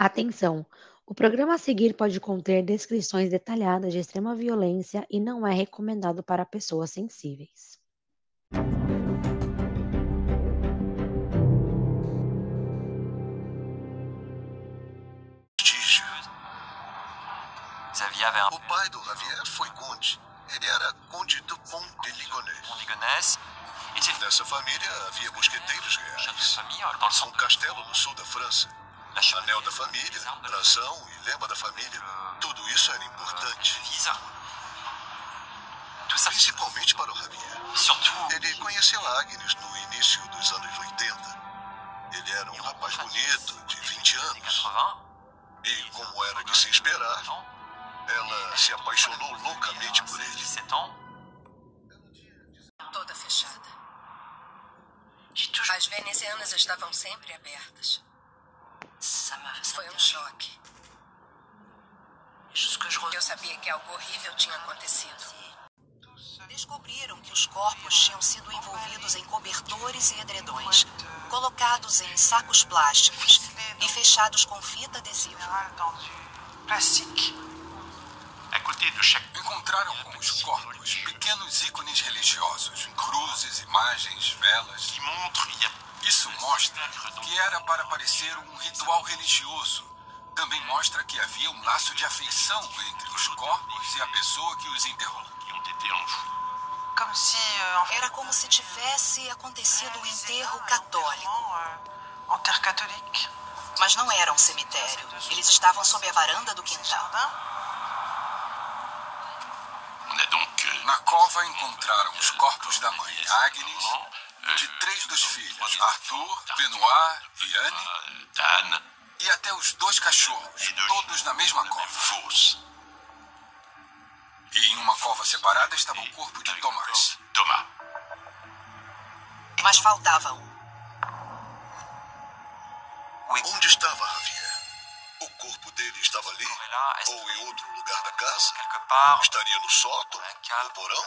Atenção! O programa a seguir pode conter descrições detalhadas de extrema violência e não é recomendado para pessoas sensíveis. O pai do Javier foi conde. Ele era conde do Pont de Ligonnès. Nessa família havia mosqueteiros reais. Um castelo no sul da França. Anel da família, brasão e lema da família. Tudo isso era importante. Principalmente para o Javier. Ele conheceu a Agnes no início dos anos 80. Ele era um rapaz bonito, de 20 anos. E, como era de se esperar, ela se apaixonou loucamente por ele. Toda fechada. As venezianas estavam sempre abertas. Foi um choque. Eu sabia que algo horrível tinha acontecido. Descobriram que os corpos tinham sido envolvidos em cobertores e edredões, colocados em sacos plásticos e fechados com fita adesiva. Encontraram com os corpos pequenos ícones religiosos, cruzes, imagens, velas. Isso mostra que era para parecer um ritual religioso. Também mostra que havia um laço de afeição entre os corpos e a pessoa que os enterrou. Era como se tivesse acontecido um enterro católico. Mas não era um cemitério. Eles estavam sob a varanda do quintal. Na cova encontraram os corpos da mãe Agnes, de 3 dos filhos, Arthur, Benoit e Anne, e até os 2 cachorros, todos na mesma cova. E em uma cova separada estava o corpo de Thomas. Mas faltava um. Onde estava Javier? O corpo dele estava ali? Ou em outro lugar da casa? Estaria no sótão? No porão?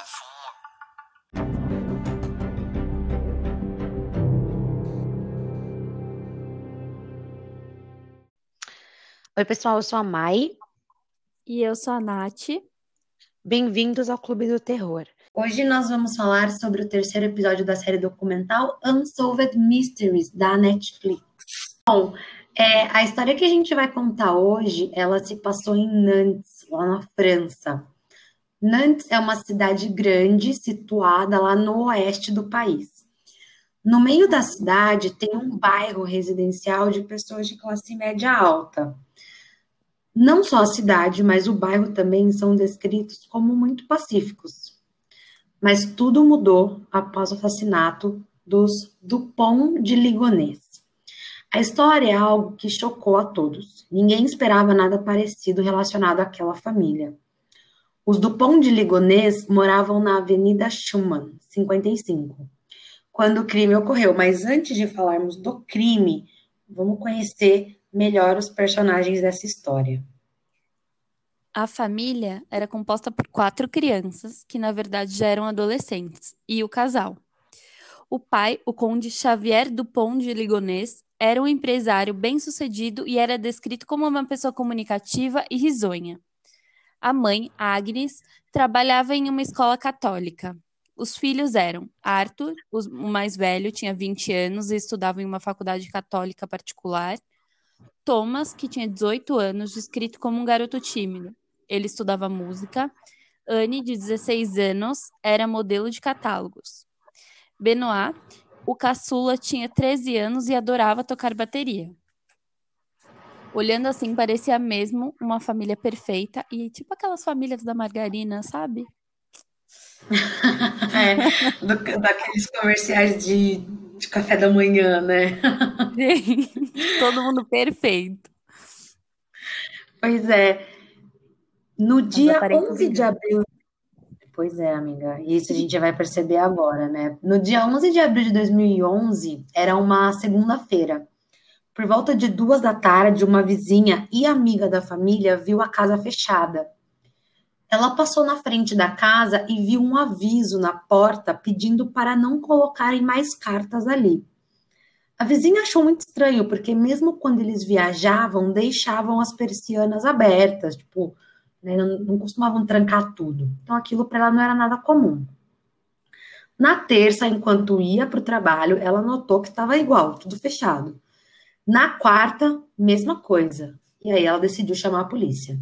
Oi, pessoal, eu sou a Mai. E eu sou a Nath. Bem-vindos ao Clube do Terror. Hoje nós vamos falar sobre o terceiro episódio da série documental Unsolved Mysteries, da Netflix. Bom, a história que a gente vai contar hoje, ela se passou em Nantes, lá na França. Nantes é uma cidade grande, situada lá no oeste do país. No meio da cidade tem um bairro residencial de pessoas de classe média alta. Não só a cidade, mas o bairro também são descritos como muito pacíficos. Mas tudo mudou após o assassinato dos Dupont de Ligonnès. A história é algo que chocou a todos. Ninguém esperava nada parecido relacionado àquela família. Os Dupont de Ligonnès moravam na Avenida Schumann, 55, quando o crime ocorreu. Mas antes de falarmos do crime, vamos conhecer melhor os personagens dessa história. A família era composta por 4 crianças, que na verdade já eram adolescentes, e o casal. O pai, o conde Xavier Dupont de Ligonnès, era um empresário bem-sucedido e era descrito como uma pessoa comunicativa e risonha. A mãe, Agnes, trabalhava em uma escola católica. Os filhos eram Arthur, o mais velho, tinha 20 anos e estudava em uma faculdade católica particular. Thomas, que tinha 18 anos, descrito como um garoto tímido. Ele estudava música. Anne, de 16 anos, era modelo de catálogos. Benoit, o caçula, tinha 13 anos e adorava tocar bateria. Olhando assim, parecia mesmo uma família perfeita e tipo aquelas famílias da margarina, sabe? Daqueles comerciais de café da manhã, né? Todo mundo perfeito. Pois é. No dia 11 de abril... Pois é, amiga. Isso a gente vai perceber agora, né? No dia 11 de abril de 2011, era uma segunda-feira. Por volta de 2 da tarde, uma vizinha e amiga da família viu a casa fechada. Ela passou na frente da casa e viu um aviso na porta pedindo para não colocarem mais cartas ali. A vizinha achou muito estranho, porque mesmo quando eles viajavam, deixavam as persianas abertas, tipo, né, não costumavam trancar tudo. Então aquilo para ela não era nada comum. Na terça, enquanto ia para o trabalho, ela notou que estava igual, tudo fechado. Na quarta, mesma coisa. E aí ela decidiu chamar a polícia.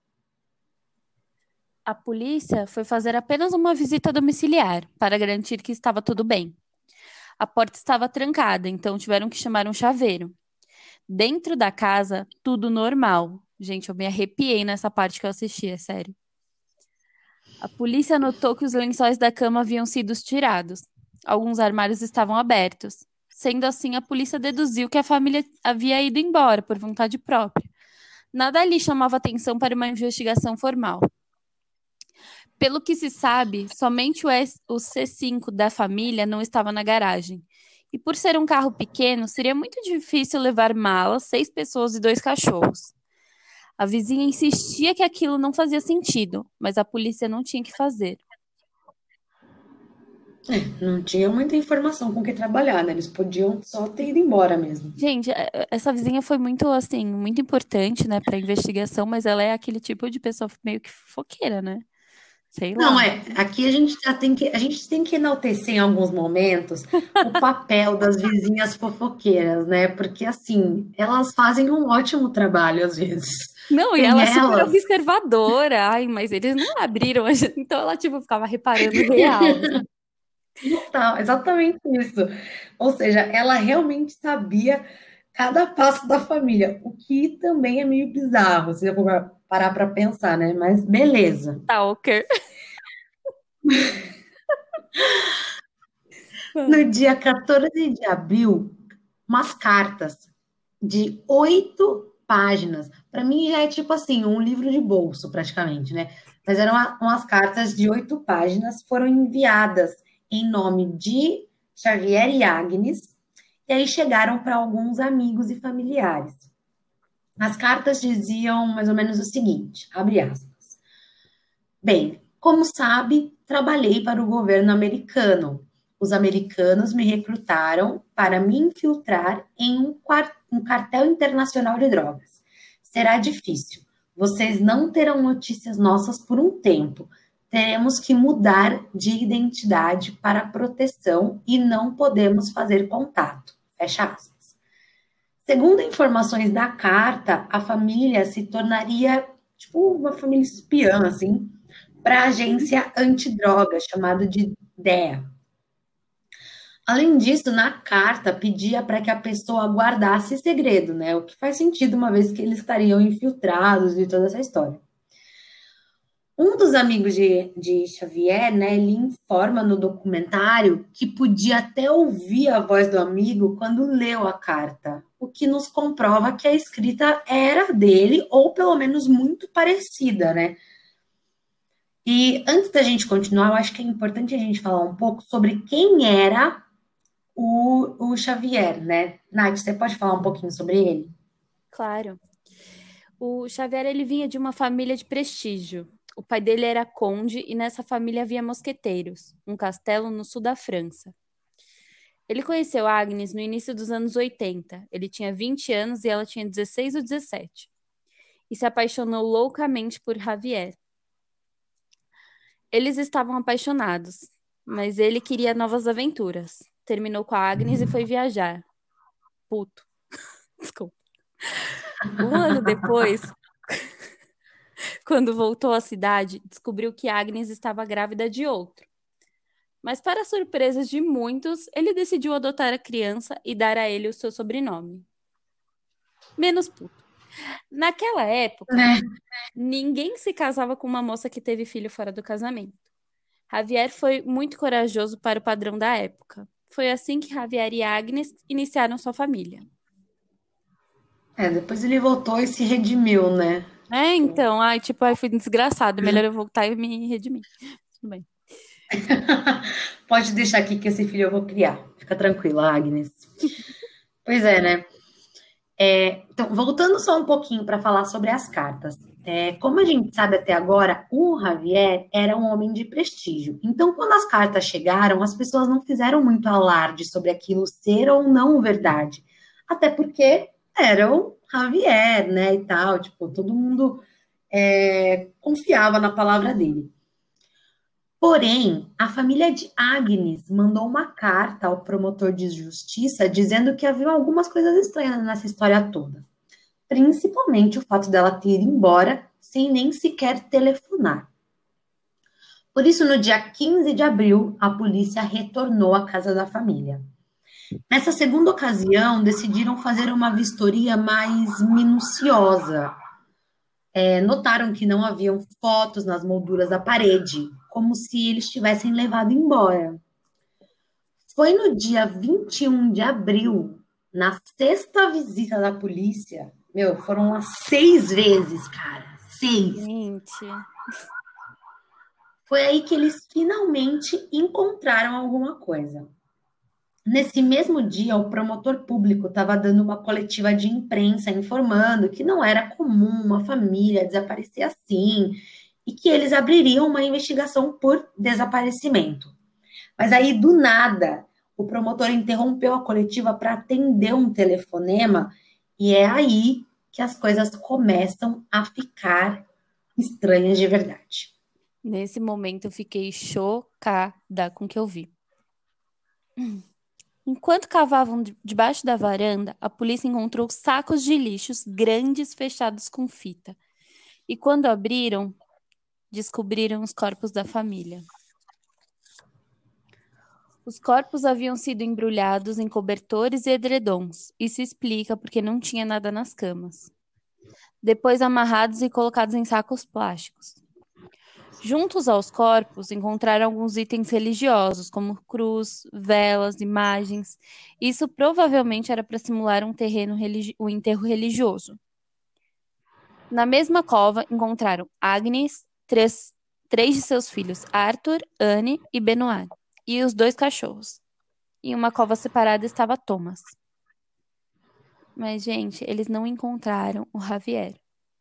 A polícia foi fazer apenas uma visita domiciliar para garantir que estava tudo bem. A porta estava trancada, então tiveram que chamar um chaveiro. Dentro da casa, tudo normal. Gente, eu me arrepiei nessa parte que eu assisti, é sério. A polícia notou que os lençóis da cama haviam sido tirados. Alguns armários estavam abertos. Sendo assim, a polícia deduziu que a família havia ido embora por vontade própria. Nada ali chamava atenção para uma investigação formal. Pelo que se sabe, somente o C5 da família não estava na garagem. E por ser um carro pequeno, seria muito difícil levar malas, 6 pessoas e 2 cachorros. A vizinha insistia que aquilo não fazia sentido, mas a polícia não tinha que fazer. Não tinha muita informação com o que trabalhar, né? Eles podiam só ter ido embora mesmo. Gente, essa vizinha foi muito, assim, muito importante, né, para a investigação, mas ela é aquele tipo de pessoa meio que fofoqueira, né? Sei lá. Não, aqui a gente tem que enaltecer em alguns momentos o papel das vizinhas fofoqueiras, né? Porque assim, elas fazem um ótimo trabalho às vezes. Não, e Tem ela é super elas. observadora. Ai, mas eles não abriram. Então ela, tipo, ficava reparando real. Total, exatamente isso. Ou seja, ela realmente sabia cada passo da família, o que também é meio bizarro, se eu for parar para pensar, né? Mas beleza. Stalker. No dia 14 de abril, umas cartas de 8 páginas. Para mim já é tipo assim, um livro de bolso, praticamente, né? Mas eram umas cartas de 8 páginas, foram enviadas em nome de Xavier e Agnes, e aí chegaram para alguns amigos e familiares. As cartas diziam mais ou menos o seguinte, abre aspas. Bem, como sabe, trabalhei para o governo americano. Os americanos me recrutaram para me infiltrar em um cartel internacional de drogas. Será difícil. Vocês não terão notícias nossas por um tempo. Teremos que mudar de identidade para proteção e não podemos fazer contato. Fecha aspas. Segundo informações da carta, a família se tornaria tipo uma família espiã, assim, para a agência antidrogas, chamada de DEA. Além disso, na carta pedia para que a pessoa guardasse segredo, né? O que faz sentido, uma vez que eles estariam infiltrados e toda essa história. Um dos amigos de Xavier, né, ele informa no documentário que podia até ouvir a voz do amigo quando leu a carta, o que nos comprova que a escrita era dele, ou pelo menos muito parecida, né? E antes da gente continuar, eu acho que é importante a gente falar um pouco sobre quem era o Xavier, né? Nath, você pode falar um pouquinho sobre ele? Claro. O Xavier, ele vinha de uma família de prestígio. O pai dele era conde e nessa família havia mosqueteiros, um castelo no sul da França. Ele conheceu Agnes no início dos anos 80. Ele tinha 20 anos e ela tinha 16 ou 17. E se apaixonou loucamente por Javier. Eles estavam apaixonados, mas ele queria novas aventuras. Terminou com a Agnes e foi viajar. Puto. Desculpa. Um ano depois, quando voltou à cidade, descobriu que Agnes estava grávida de outro. Mas, para a surpresa de muitos, ele decidiu adotar a criança e dar a ele o seu sobrenome. Menos puto. Naquela época, ninguém se casava com uma moça que teve filho fora do casamento. Javier foi muito corajoso para o padrão da época. Foi assim que Javier e Agnes iniciaram sua família. Depois ele voltou e se redimiu, né? Então, fui desgraçado. Melhor eu voltar e me redimir. Tudo bem. Pode deixar aqui que esse filho eu vou criar. Fica tranquila, Agnes. Pois é, né? Então, voltando só um pouquinho para falar sobre as cartas. Como a gente sabe até agora, o Javier era um homem de prestígio. Então, quando as cartas chegaram, as pessoas não fizeram muito alarde sobre aquilo ser ou não verdade. Até porque era o Javier, né, e tal. Tipo, todo mundo confiava na palavra dele. Porém, a família de Agnes mandou uma carta ao promotor de justiça dizendo que havia algumas coisas estranhas nessa história toda. Principalmente o fato dela ter ido embora sem nem sequer telefonar. Por isso, no dia 15 de abril, a polícia retornou à casa da família. Nessa segunda ocasião, decidiram fazer uma vistoria mais minuciosa. Notaram que não haviam fotos nas molduras da parede, como se eles tivessem levado embora. Foi no dia 21 de abril, na sexta visita da polícia, foram lá 6 vezes, cara, 6. Gente. Foi aí que eles finalmente encontraram alguma coisa. Nesse mesmo dia, o promotor público estava dando uma coletiva de imprensa informando que não era comum uma família desaparecer assim e que eles abririam uma investigação por desaparecimento. Mas aí, do nada, o promotor interrompeu a coletiva para atender um telefonema e é aí que as coisas começam a ficar estranhas de verdade. Nesse momento, eu fiquei chocada com o que eu vi. Enquanto cavavam debaixo da varanda, a polícia encontrou sacos de lixos grandes fechados com fita. E quando abriram, descobriram os corpos da família. Os corpos haviam sido embrulhados em cobertores e edredons. Isso explica porque não tinha nada nas camas. Depois amarrados e colocados em sacos plásticos. Juntos aos corpos, encontraram alguns itens religiosos, como cruz, velas, imagens. Isso provavelmente era para simular um enterro religioso. Na mesma cova, encontraram Agnes, três de seus filhos, Arthur, Anne e Benoit, e os 2 cachorros. Em uma cova separada estava Thomas. Mas, gente, eles não encontraram o Javier.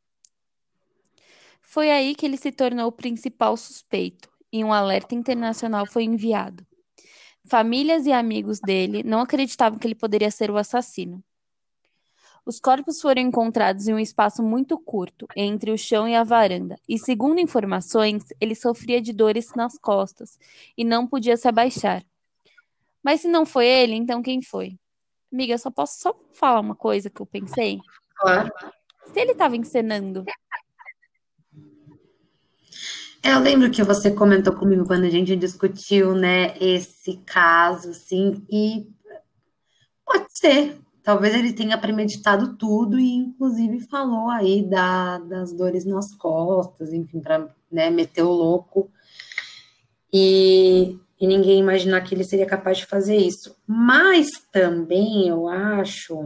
Foi aí que ele se tornou o principal suspeito e um alerta internacional foi enviado. Famílias e amigos dele não acreditavam que ele poderia ser o assassino. Os corpos foram encontrados em um espaço muito curto, entre o chão e a varanda, e segundo informações, ele sofria de dores nas costas e não podia se abaixar. Mas se não foi ele, então quem foi? Amiga, eu só posso falar uma coisa que eu pensei? Claro. Se ele estava encenando... Eu lembro que você comentou comigo quando a gente discutiu, né, esse caso, assim, e pode ser. Talvez ele tenha premeditado tudo e, inclusive, falou aí das dores nas costas, enfim, para, né, meter o louco e ninguém imaginar que ele seria capaz de fazer isso. Mas também eu acho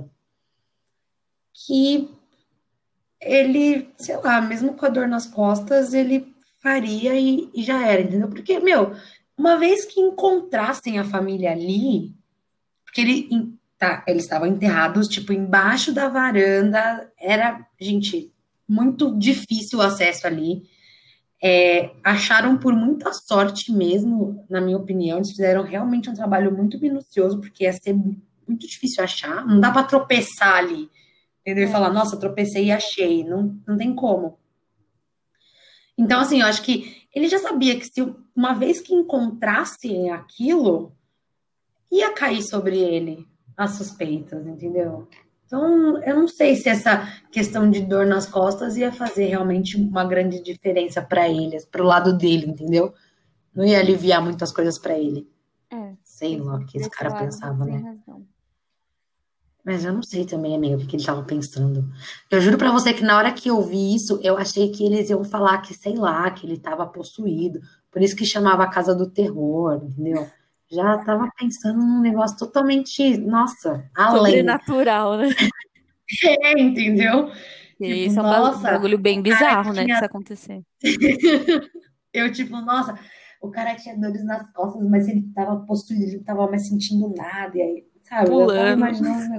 que ele, sei lá, mesmo com a dor nas costas, ele faria e já era, entendeu? Porque, uma vez que encontrassem a família ali, porque eles estavam enterrados, tipo, embaixo da varanda, era, gente, muito difícil o acesso ali. Acharam por muita sorte mesmo, na minha opinião, eles fizeram realmente um trabalho muito minucioso, porque ia ser muito difícil achar, não dá para tropeçar ali, entendeu? E falar, nossa, tropecei e achei, não tem como. Então, assim, eu acho que ele já sabia que se uma vez que encontrassem aquilo, ia cair sobre ele as suspeitas, entendeu? Então, eu não sei se essa questão de dor nas costas ia fazer realmente uma grande diferença para eles, pro lado dele, entendeu? Não ia aliviar muitas coisas para ele. Sei lá o que esse cara pensava, né? Razão. Mas eu não sei também, amiga, o que ele tava pensando. Eu juro pra você que na hora que eu vi isso, eu achei que eles iam falar que, sei lá, que ele tava possuído. Por isso que chamava a Casa do Terror, entendeu? Já tava pensando num negócio totalmente, nossa, além. Sobrenatural, né? Entendeu? E isso é um bagulho bem bizarro, né, de isso acontecer. Eu, nossa, o cara tinha dores nas costas, mas ele tava possuído, ele não tava mais sentindo nada, e aí, sabe? Pulando. Eu tava imaginando um negócio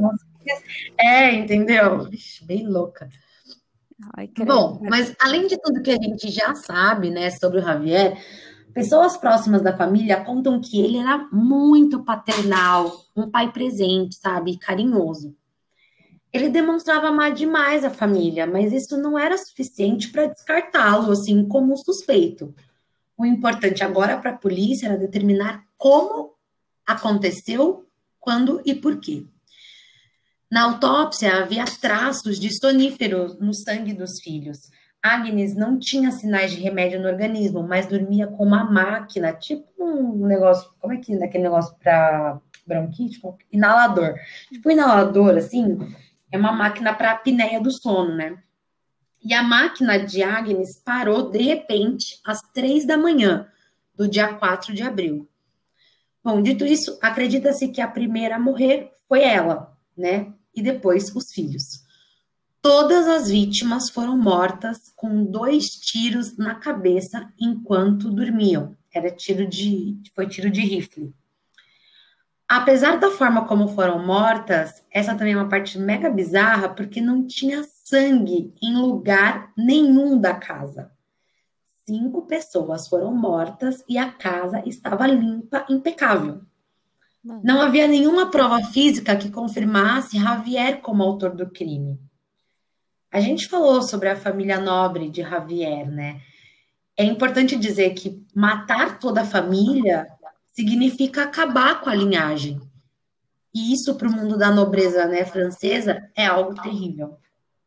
Entendeu? Ixi, bem louca. Ai, Bom, credo. mas além de tudo que a gente já sabe, né, sobre o Javier, pessoas próximas da família contam que ele era muito paternal, um pai presente, sabe, carinhoso. Ele demonstrava amar demais a família, mas isso não era suficiente para descartá-lo, assim, como um suspeito. O importante agora para a polícia era determinar como aconteceu, quando e por quê. Na autópsia, havia traços de sonífero no sangue dos filhos. Agnes não tinha sinais de remédio no organismo, mas dormia com uma máquina, tipo um negócio, como é que é aquele negócio para bronquite? Tipo, inalador. Tipo um inalador, assim, é uma máquina para a apneia do sono, né? E a máquina de Agnes parou de repente às 3 da manhã do dia 4 de abril. Bom, dito isso, acredita-se que a primeira a morrer foi ela, né? E depois os filhos. Todas as vítimas foram mortas com 2 tiros na cabeça enquanto dormiam. Foi tiro de rifle. Apesar da forma como foram mortas, essa também é uma parte mega bizarra, porque não tinha sangue em lugar nenhum da casa. 5 pessoas foram mortas e a casa estava limpa, impecável. Mano, Não havia nenhuma prova física que confirmasse Javier como autor do crime. A gente falou sobre a família nobre de Javier, né? É importante dizer que matar toda a família significa acabar com a linhagem. E isso para o mundo da nobreza, né, francesa é algo terrível.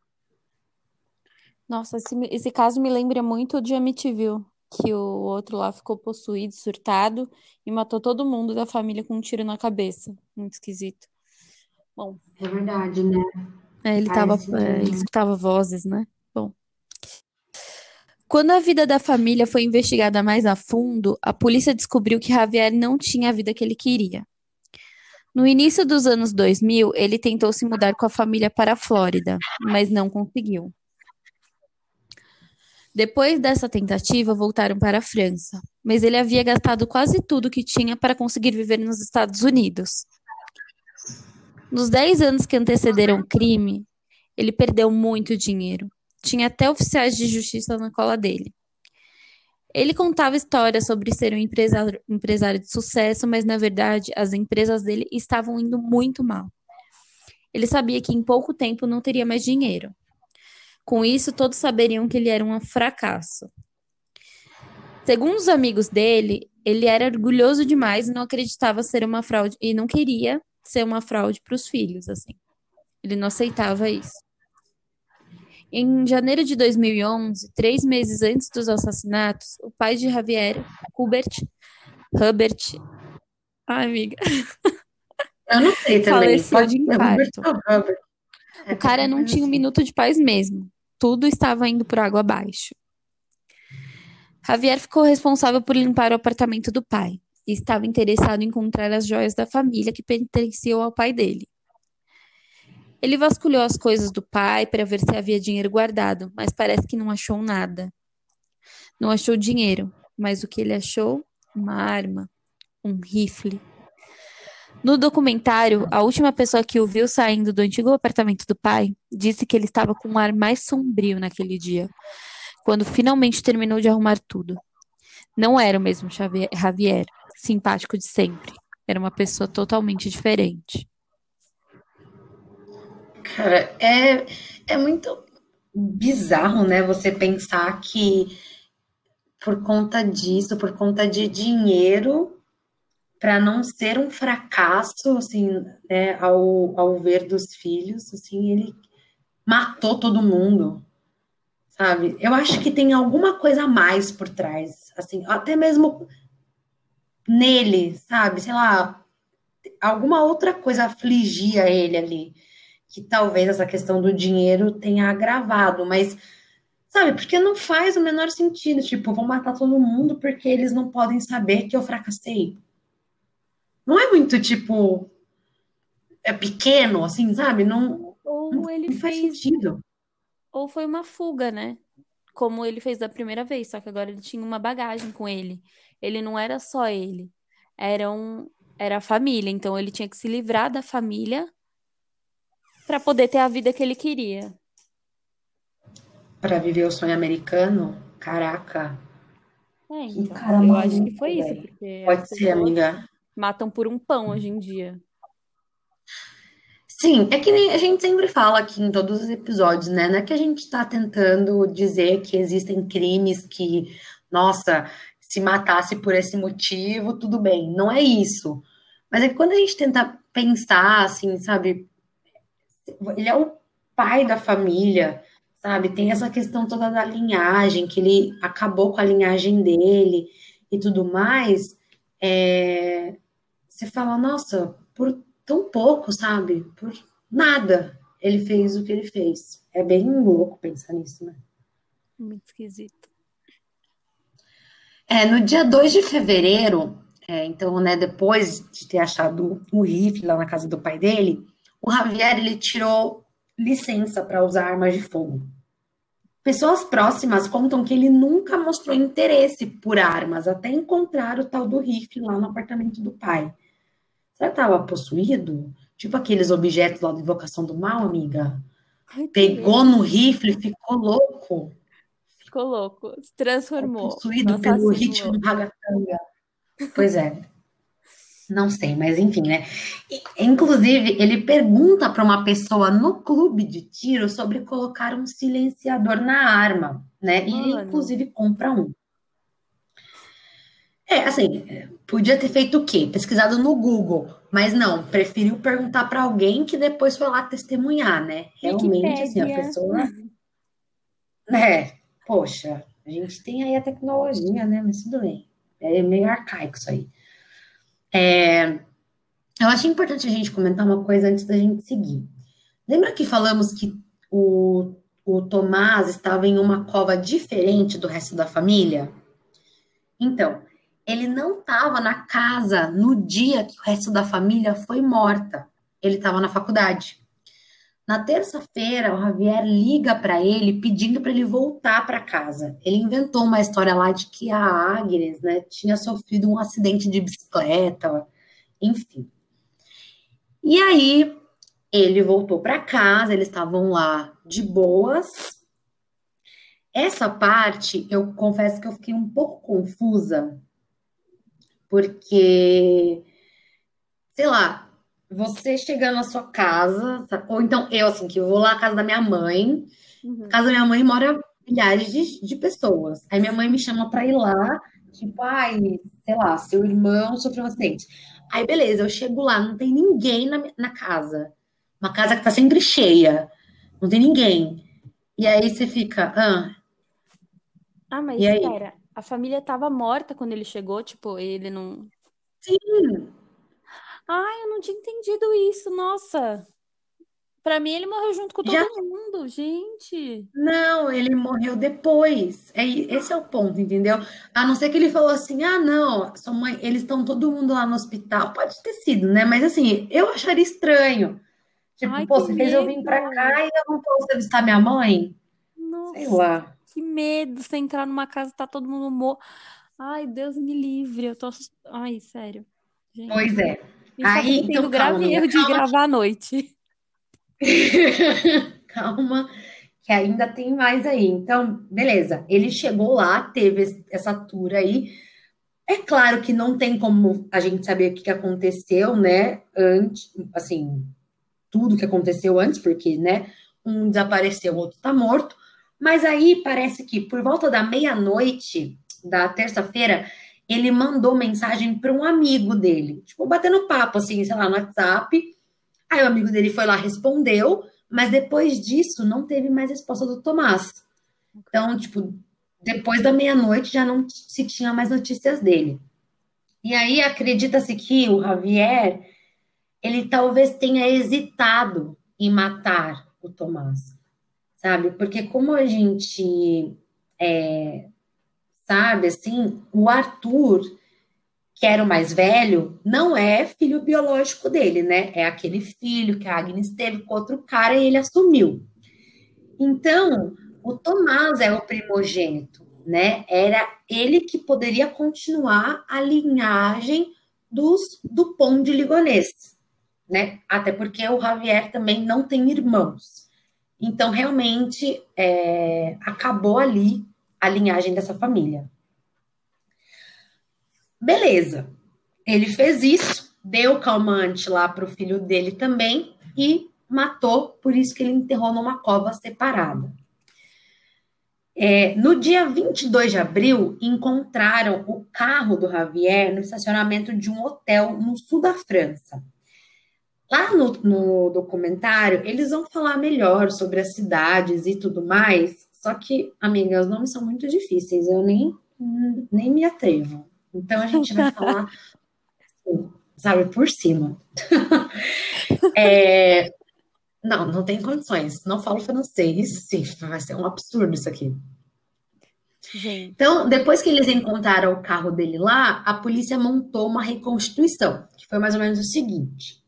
nossa, esse caso me lembra muito de Amityville, que o outro lá ficou possuído, surtado e matou todo mundo da família com um tiro na cabeça. Muito esquisito. Bom, É verdade, né? Parece que ele escutava vozes, né? Bom, quando a vida da família foi investigada mais a fundo, a polícia descobriu que Javier não tinha a vida que ele queria. No início dos anos 2000, ele tentou se mudar com a família para a Flórida, mas não conseguiu. Depois dessa tentativa, voltaram para a França, mas ele havia gastado quase tudo que tinha para conseguir viver nos Estados Unidos. Nos 10 anos que antecederam o crime, ele perdeu muito dinheiro. Tinha até oficiais de justiça na cola dele. Ele contava histórias sobre ser um empresário de sucesso, mas na verdade as empresas dele estavam indo muito mal. Ele sabia que em pouco tempo não teria mais dinheiro. Com isso, todos saberiam que ele era um fracasso. Segundo os amigos dele, ele era orgulhoso demais e não acreditava ser uma fraude e não queria ser uma fraude para os filhos, assim. Ele não aceitava isso. Em janeiro de 2011, 3 meses antes dos assassinatos, o pai de Javier, Hubert, ai, amiga, Eu não sei também. faleceu Pode de ser Robert infarto. ou Robert. O cara Qualquer não coisa tinha um assim. minuto de paz mesmo. Tudo estava indo por água abaixo. Javier ficou responsável por limpar o apartamento do pai e estava interessado em encontrar as joias da família que pertenciam ao pai dele. Ele vasculhou as coisas do pai para ver se havia dinheiro guardado, mas parece que não achou nada. Não achou dinheiro, mas o que ele achou? Uma arma, um rifle. No documentário, a última pessoa que o viu saindo do antigo apartamento do pai disse que ele estava com um ar mais sombrio naquele dia, quando finalmente terminou de arrumar tudo. Não era o mesmo Javier, simpático de sempre. Era uma pessoa totalmente diferente. Cara, é muito bizarro, né? Você pensar que por conta disso, por conta de dinheiro, para não ser um fracasso, assim, né, ao ver dos filhos, assim, ele matou todo mundo, sabe? Eu acho que tem alguma coisa a mais por trás, assim, até mesmo nele, sabe? Sei lá, alguma outra coisa afligia ele ali, que talvez essa questão do dinheiro tenha agravado, mas sabe, porque não faz o menor sentido, tipo, vão matar todo mundo porque eles não podem saber que eu fracassei. Não é muito, tipo, é pequeno, assim, sabe? Não, Ou ele não faz fez, sentido. ou foi uma fuga, né? Como ele fez da primeira vez, só que agora ele tinha uma bagagem com ele. Ele não era só ele, era a família, então ele tinha que se livrar da família para poder ter a vida que ele queria. Para viver o sonho americano? Caraca. Que Então, cara eu acho que maluco, foi isso, velho. porque as Pode ser, pessoas amiga. matam por um pão hoje em dia. Sim, é que nem a gente sempre fala aqui em todos os episódios, né? Não é que a gente está tentando dizer que existem crimes que, nossa, se matasse por esse motivo, tudo bem. Não é isso. Mas é que quando a gente tenta pensar, assim, sabe? Ele é o pai da família, sabe? Tem essa questão toda da linhagem, que ele acabou com a linhagem dele e tudo mais. Você fala, nossa, por tão pouco, sabe? Por nada ele fez o que ele fez. É bem louco pensar nisso, né? Muito esquisito. No dia 2 de fevereiro, então, né, depois de ter achado o rifle lá na casa do pai dele, o Javier, ele tirou licença para usar armas de fogo. Pessoas próximas contam que ele nunca mostrou interesse por armas, até encontrar o tal do rifle lá no apartamento do pai. Será que estava possuído? Tipo aqueles objetos lá de Invocação do Mal, amiga? Ai, que Pegou medo. no rifle, ficou louco. Ficou louco, se Ficou transformou no possuído pelo assassino. ritmo ragatanga. Pois é, não sei, mas enfim, né? Inclusive, ele pergunta para uma pessoa no clube de tiro sobre colocar um silenciador na arma, né? E ele, Mano, inclusive, compra um. Assim, podia ter feito o quê? Pesquisado no Google, mas não, preferiu perguntar para alguém que depois foi lá testemunhar, né? Realmente, assim, a Wikipédia. pessoa, poxa, a gente tem aí a tecnologia, né? Mas tudo bem, é meio arcaico isso aí. Eu acho importante a gente comentar uma coisa antes da gente seguir. Lembra que falamos que o Tomás estava em uma cova diferente do resto da família? Então, ele não estava na casa no dia que o resto da família foi morta. Ele estava na faculdade. Na terça-feira, o Javier liga para ele pedindo para ele voltar para casa. Ele inventou uma história lá de que a Agnes, né, tinha sofrido um acidente de bicicleta, enfim. E aí, ele voltou para casa, eles estavam lá de boas. Essa parte, eu confesso que eu fiquei um pouco confusa, porque, sei lá, você chegando na sua casa, ou então eu, assim, que eu vou lá à casa da minha mãe, na casa da minha mãe mora milhares de pessoas. Aí minha mãe me chama pra ir lá, tipo, ai, sei lá, seu irmão sofreu um acidente. Aí beleza, eu chego lá, não tem ninguém na casa. Uma casa que tá sempre cheia, não tem ninguém. E aí você fica, Ah, mas e aí? espera, a família tava morta quando ele chegou, tipo, ele não. Sim, Ai, eu não tinha entendido isso, nossa. Pra mim, ele morreu junto com já todo mundo, gente. não, ele morreu depois. Esse é o ponto, entendeu? A não ser que ele falou assim: ah, não, sua mãe, eles estão todo mundo lá no hospital. Pode ter sido, né? Mas assim, eu acharia estranho. Tipo, Ai, pô, que você fez eu vir pra medo. cá e eu não posso visitar minha mãe? Sei Nossa, lá. que medo você entrar numa casa e tá todo mundo morto. Ai, Deus me livre, eu tô Ai, sério. Gente, Pois é. a gente tá Aí, cometendo então o calma, grave amiga, erro de calma, gravar à noite. calma, que ainda tem mais aí. Então, beleza. Ele chegou lá, teve essa tour aí. É claro que não tem como a gente saber o que aconteceu, né? Antes, assim, tudo que aconteceu antes, porque, né, um desapareceu, o outro tá morto. Mas aí parece que por volta da meia-noite da terça-feira, ele mandou mensagem para um amigo dele, tipo, batendo papo, assim, sei lá, no WhatsApp. Aí o amigo dele foi lá, respondeu, mas depois disso não teve mais resposta do Tomás. Então, tipo, depois da meia-noite já não se tinha mais notícias dele. E aí acredita-se que o Javier, ele talvez tenha hesitado em matar o Tomás, sabe? Porque como a gente sabe, assim, o Arthur, que era o mais velho, não é filho biológico dele, né? É aquele filho que a Agnes teve com outro cara e ele assumiu. Então, o Tomás é o primogênito, né? Era ele que poderia continuar a linhagem do Pão de Ligonês, né? Até porque o Javier também não tem irmãos. Então, realmente, acabou ali a linhagem dessa família. Beleza. Ele fez isso, deu calmante lá para o filho dele também e matou, por isso que ele enterrou numa cova separada. No dia 22 de abril, encontraram o carro do Javier no estacionamento de um hotel no sul da França. Lá no documentário, eles vão falar melhor sobre as cidades e tudo mais, só que, amiga, os nomes são muito difíceis, eu nem me atrevo. Então, a gente vai falar, sabe, por cima. Não tem condições. Não falo francês. Sim, vai ser um absurdo isso aqui. Gente. Então, depois que eles encontraram o carro dele lá, a polícia montou uma reconstituição, que foi mais ou menos o seguinte.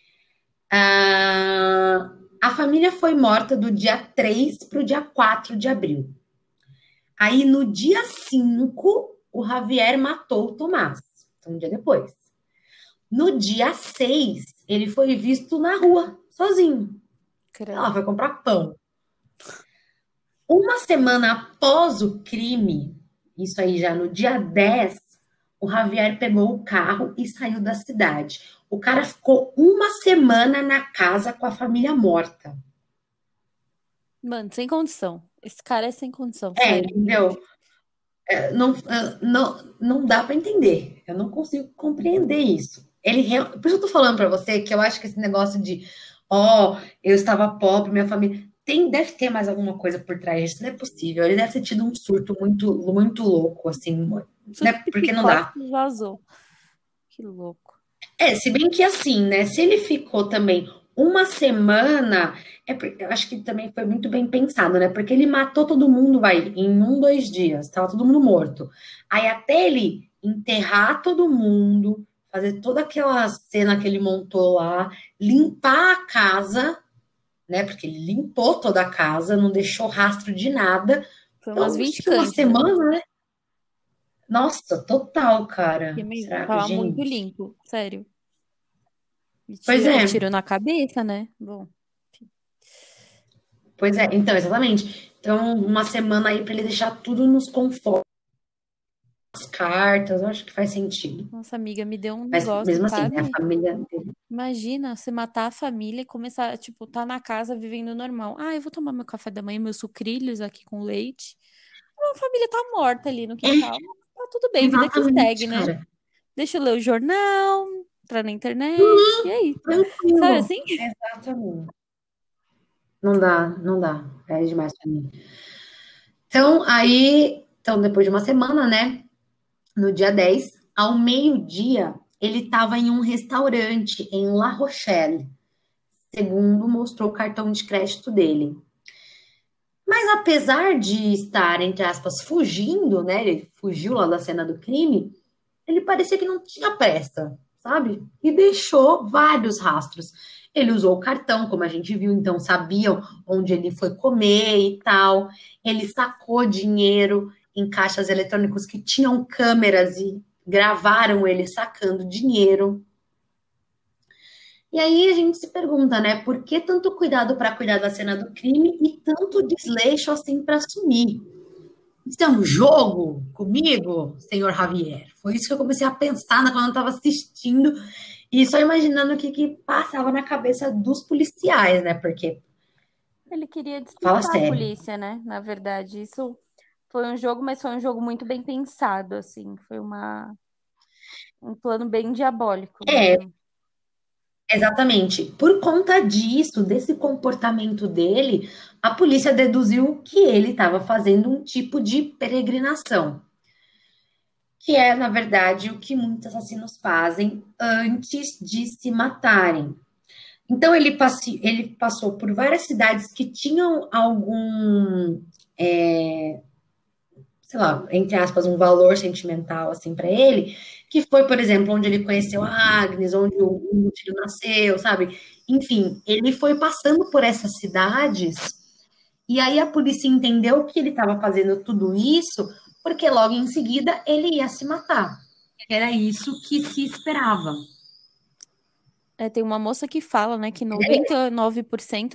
A família foi morta do dia 3 para o dia 4 de abril. Aí, no dia 5, o Javier matou o Tomás. Então, um dia depois. No dia 6, ele foi visto na rua, sozinho. Ela foi comprar pão. Uma semana após o crime, isso aí já no dia 10, o Javier pegou o carro e saiu da cidade. O cara ficou uma semana na casa com a família morta. Mano, sem condição. Esse cara é sem condição, sério. Entendeu? Não dá para entender. Eu não consigo compreender isso. Por isso eu tô falando para você que eu acho que esse negócio de eu estava pobre, minha família... Deve ter mais alguma coisa por trás disso, não é possível. Ele deve ter tido um surto muito, muito louco, assim, né? Porque não dá. Vazou. Que louco. Se bem que assim, né? Se ele ficou também uma semana, eu acho que também foi muito bem pensado, né? Porque ele matou todo mundo, em 2 dias, tava todo mundo morto. Aí até ele enterrar todo mundo, fazer toda aquela cena que ele montou lá, limpar a casa, né? Porque ele limpou toda a casa, não deixou rastro de nada. Foi umas 20 uma semana, né? Nossa, total, cara. Tava muito limpo, sério. Pois é. Tiro na cabeça, né? Bom. Enfim. Pois é, então, exatamente. Então, uma semana aí para ele deixar tudo nos conformes. As cartas, eu acho que faz sentido. Nossa, amiga, me deu um negócio, mas mesmo assim, sabe? a família dele. Imagina você matar a família e começar, tipo, tá na casa vivendo normal. Eu vou tomar meu café da manhã, meus sucrilhos aqui com leite. A família tá morta ali no quintal. Tá tudo bem, vida que segue, né? Cara. Deixa eu ler o jornal, entrar na internet, e aí? Tranquilo. Sabe assim? Exatamente. Não dá. É demais pra mim. Então, depois de uma semana, né? No dia 10, ao meio-dia, ele estava em um restaurante em La Rochelle, segundo mostrou o cartão de crédito dele. Mas apesar de estar, entre aspas, fugindo, né? Ele fugiu lá da cena do crime, ele parecia que não tinha pressa, sabe? E deixou vários rastros. Ele usou o cartão, como a gente viu, então sabiam onde ele foi comer e tal. Ele sacou dinheiro em caixas eletrônicos que tinham câmeras e gravaram ele sacando dinheiro. E aí a gente se pergunta, né? Por que tanto cuidado para cuidar da cena do crime e tanto desleixo assim para sumir? Isso é um jogo comigo, senhor Javier? Foi isso que eu comecei a pensar quando eu estava assistindo e só imaginando o que passava na cabeça dos policiais, né? Porque ele queria despistar a polícia, né? Na verdade, isso foi um jogo, mas foi um jogo muito bem pensado, assim. Foi um plano bem diabólico mesmo. Exatamente. Por conta disso, desse comportamento dele, a polícia deduziu que ele estava fazendo um tipo de peregrinação. Que é, na verdade, o que muitos assassinos fazem antes de se matarem. Então, ele passou por várias cidades que tinham algum, sei lá, entre aspas, um valor sentimental, assim, para ele, que foi, por exemplo, onde ele conheceu a Agnes, onde o filho nasceu, sabe? Enfim, ele foi passando por essas cidades e aí a polícia entendeu que ele estava fazendo tudo isso porque logo em seguida ele ia se matar. Era isso que se esperava. Tem uma moça que fala, né, que 99%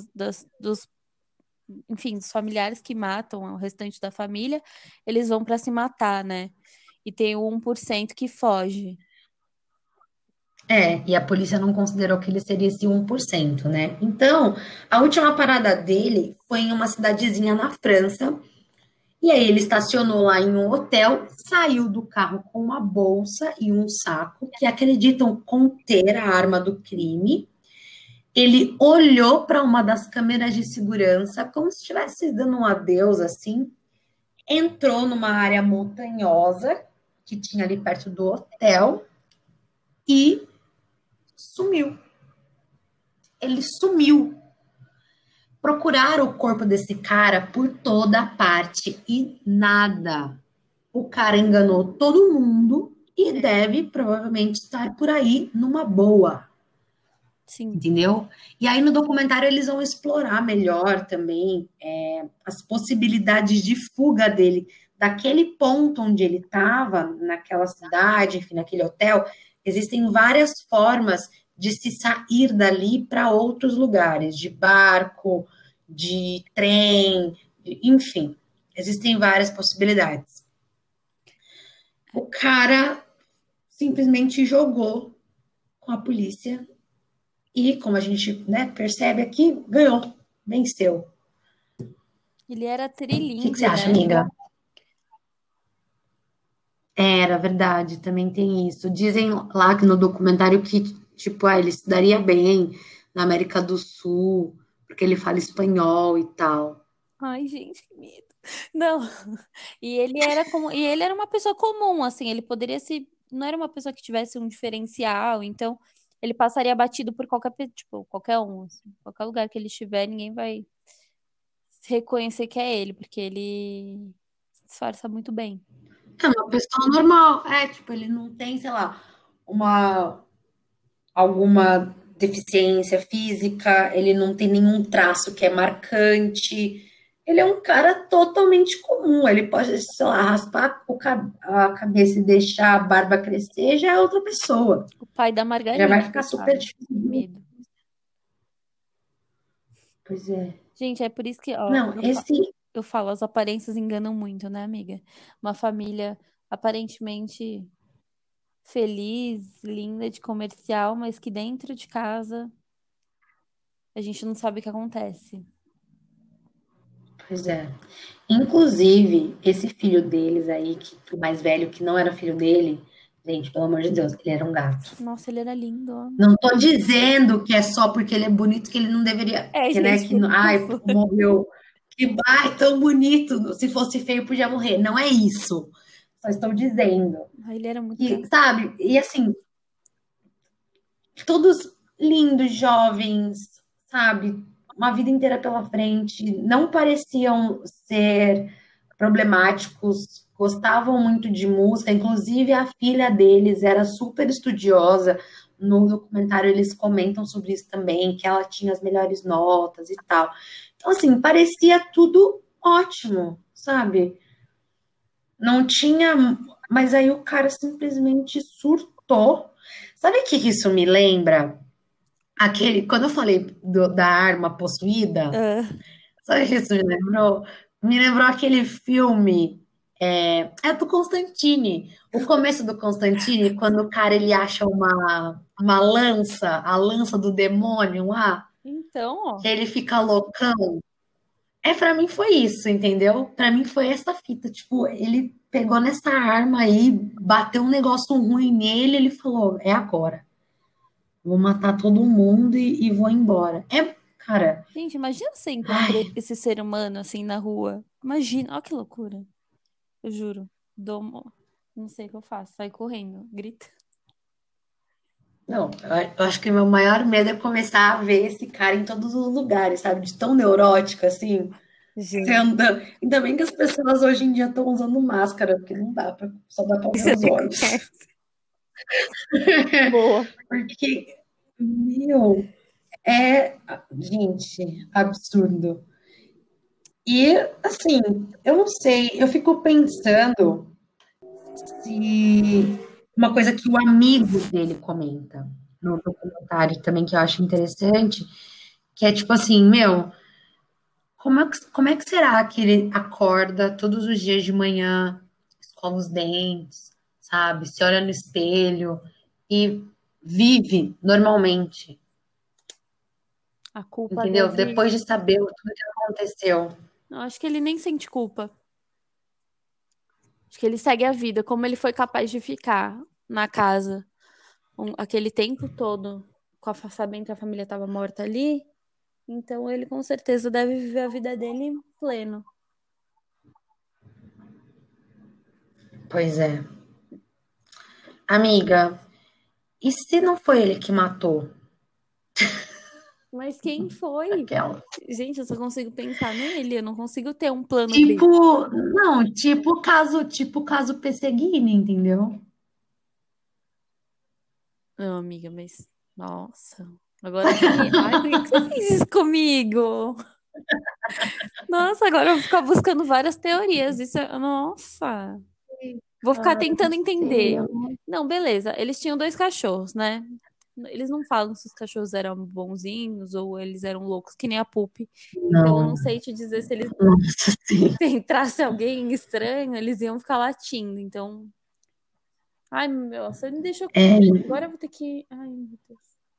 enfim, dos familiares que matam o restante da família, eles vão para se matar, né? E tem o 1% que foge. E a polícia não considerou que ele seria esse 1%, né? Então, a última parada dele foi em uma cidadezinha na França. E aí ele estacionou lá em um hotel, saiu do carro com uma bolsa e um saco que acreditam conter a arma do crime. Ele olhou para uma das câmeras de segurança, como se estivesse dando um adeus, assim. Entrou numa área montanhosa que tinha ali perto do hotel e sumiu. Ele sumiu. Procuraram o corpo desse cara por toda parte e nada. O cara enganou todo mundo e deve provavelmente estar por aí numa boa. Sim. Entendeu? E aí no documentário eles vão explorar melhor também as possibilidades de fuga dele daquele ponto onde ele estava, naquela cidade, enfim, naquele hotel. Existem várias formas de se sair dali para outros lugares, de barco, de trem, enfim, existem várias possibilidades. O cara simplesmente jogou com a polícia e, como a gente, né, percebe aqui, ganhou, venceu. Ele era trilingue, O que você acha, né? amiga? Era verdade, também tem isso. Dizem lá que no documentário que, tipo, ele se daria bem na América do Sul, porque ele fala espanhol e tal. Ai, gente, que medo. Não. E ele era uma pessoa comum, assim, ele poderia se. Não era uma pessoa que tivesse um diferencial, então ele passaria batido por qualquer um, assim. Qualquer lugar que ele estiver, ninguém vai reconhecer que é ele, porque ele se disfarça muito bem. É uma pessoa normal. Tipo, ele não tem, sei lá, alguma deficiência física, ele não tem nenhum traço que é marcante. Ele é um cara totalmente comum. Ele pode, sei lá, raspar a cabeça e deixar a barba crescer, já é outra pessoa. O pai da Já Margarida, vai ficar super difícil. medo. Pois é. Gente, é por isso que, ó, Não, eu falo, as aparências enganam muito, né, amiga? Uma família aparentemente feliz, linda, de comercial, mas que dentro de casa a gente não sabe o que acontece. Pois é. Inclusive, esse filho deles aí, o mais velho, que não era filho dele, gente, pelo amor de Deus, ele era um gato. Nossa, ele era lindo. Ó. Não tô dizendo que é só porque ele é bonito que ele não deveria. Morreu. Que tão bonito. Se fosse feio, podia morrer. Não é isso. Só estou dizendo. Ele era muito E, sabe? E assim, todos lindos, jovens, sabe? Uma vida inteira pela frente. Não pareciam ser problemáticos. Gostavam muito de música. Inclusive, a filha deles era super estudiosa. No documentário eles comentam sobre isso também, que ela tinha as melhores notas e tal. Então, assim, parecia tudo ótimo, sabe? Não tinha... Mas aí o cara simplesmente surtou. Sabe o que isso me lembra? Quando eu falei da arma possuída, sabe o que isso me lembrou? Me lembrou aquele filme... É do Constantine. O começo do Constantine, quando o cara ele acha uma lança, a lança do demônio lá. Então, ó. Ele fica loucão. Pra mim foi isso, entendeu? Pra mim foi essa fita. Tipo, ele pegou nessa arma aí, bateu um negócio ruim nele, ele falou: é agora. Vou matar todo mundo e vou embora. Cara. Gente, imagina você encontrar esse ser humano assim na rua. Imagina, olha que loucura. Eu juro. Não sei o que eu faço. Sai correndo, grita. Não, eu acho que o meu maior medo é começar a ver esse cara em todos os lugares, sabe? De tão neurótico assim. Gente. Você anda... Ainda bem que as pessoas hoje em dia estão usando máscara, porque não dá só dá pra ver os olhos. Boa. Porque, gente, absurdo. E, assim, eu não sei, eu fico pensando se uma coisa que o amigo dele comenta, no documentário também que eu acho interessante, que é tipo assim, meu, como é que será que ele acorda todos os dias de manhã, escova os dentes, sabe? Se olha no espelho e vive normalmente, A culpa entendeu? deve. Depois de saber tudo que aconteceu. Eu acho que ele nem sente culpa. Acho que ele segue a vida, como ele foi capaz de ficar na casa aquele tempo todo, sabendo que a família estava morta ali. Então ele com certeza deve viver a vida dele pleno. Pois é. Amiga, e se não foi ele que matou Mas quem foi? aquela? Gente, eu só consigo pensar nele, eu não consigo ter um plano B. Tipo, não, tipo o caso Pesseguini, entendeu? Não, amiga, mas. Nossa. Agora que. Ai, por que você fez isso comigo? Nossa, agora eu vou ficar buscando várias teorias. Isso é. Nossa. Vou ficar tentando entender. Não, beleza. Eles tinham 2 cachorros, né? Eles não falam se os cachorros eram bonzinhos ou eles eram loucos, que nem a Pupi. Então eu não sei te dizer se eles Nossa, sim. se entrasse alguém estranho, eles iam ficar latindo. Então. Ai, meu, você me deixou. Agora eu vou ter que. Ai, meu Deus.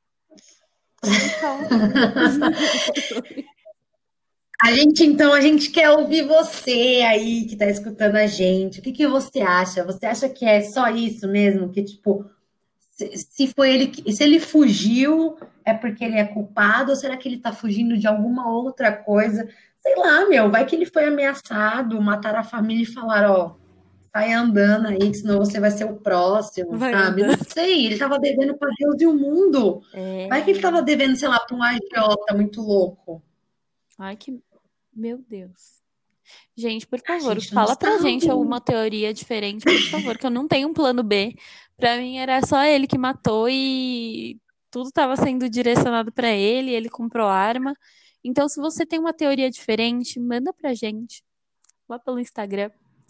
A gente quer ouvir você aí que tá escutando a gente. O que que você acha? Você acha que é só isso mesmo? Que, tipo, se foi ele, se ele fugiu, é porque ele é culpado? Ou será que ele tá fugindo de alguma outra coisa? Sei lá, meu, vai que ele foi ameaçado, mataram a família e falaram, ó, sai andando aí, que senão você vai ser o próximo, Vai sabe? andando. Não sei, ele tava devendo pra Deus e o mundo. Vai que ele tava devendo, sei lá, pra um agiota muito louco. Ai, que. Meu Deus. Gente, por favor, Gente, não fala pra sabe. gente alguma teoria diferente, por favor, que eu não tenho um plano B. Pra mim era só ele que matou e tudo estava sendo direcionado pra ele, ele comprou arma. Então, se você tem uma teoria diferente, manda pra gente lá pelo Instagram.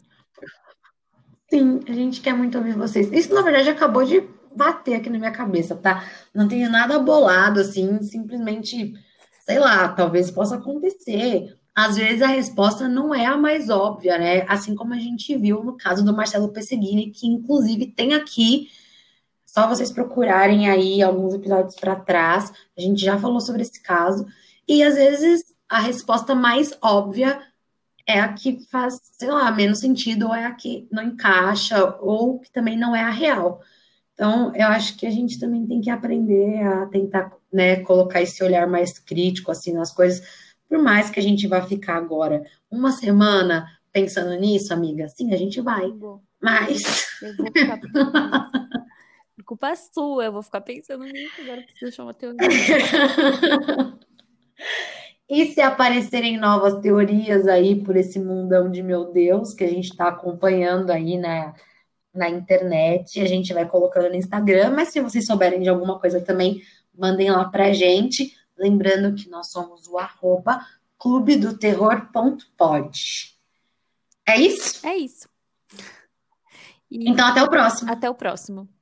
Sim, a gente quer muito ouvir vocês. Isso, na verdade, acabou de bater aqui na minha cabeça, tá? Não tenho nada bolado, assim, simplesmente, sei lá, talvez possa acontecer. Às vezes a resposta não é a mais óbvia, né? Assim como a gente viu no caso do Marcelo Pesseguini, que inclusive tem aqui, só vocês procurarem aí alguns episódios para trás, a gente já falou sobre esse caso, e às vezes a resposta mais óbvia é a que faz, sei lá, menos sentido, ou é a que não encaixa, ou que também não é a real. Então, eu acho que a gente também tem que aprender a tentar, né, colocar esse olhar mais crítico, assim, nas coisas, por mais que a gente vá ficar agora uma semana pensando nisso, amiga, sim, a gente vai, mas... Eu vou ficar pensando nisso. A culpa é sua, eu vou ficar pensando nisso, agora eu preciso achar uma teoria. E se aparecerem novas teorias aí por esse mundão de meu Deus que a gente está acompanhando aí, né, na internet, a gente vai colocando no Instagram, mas se vocês souberem de alguma coisa também, mandem lá pra gente, lembrando que nós somos o @clubedoterror.pod. É isso? É isso. Então, até o próximo. Até o próximo.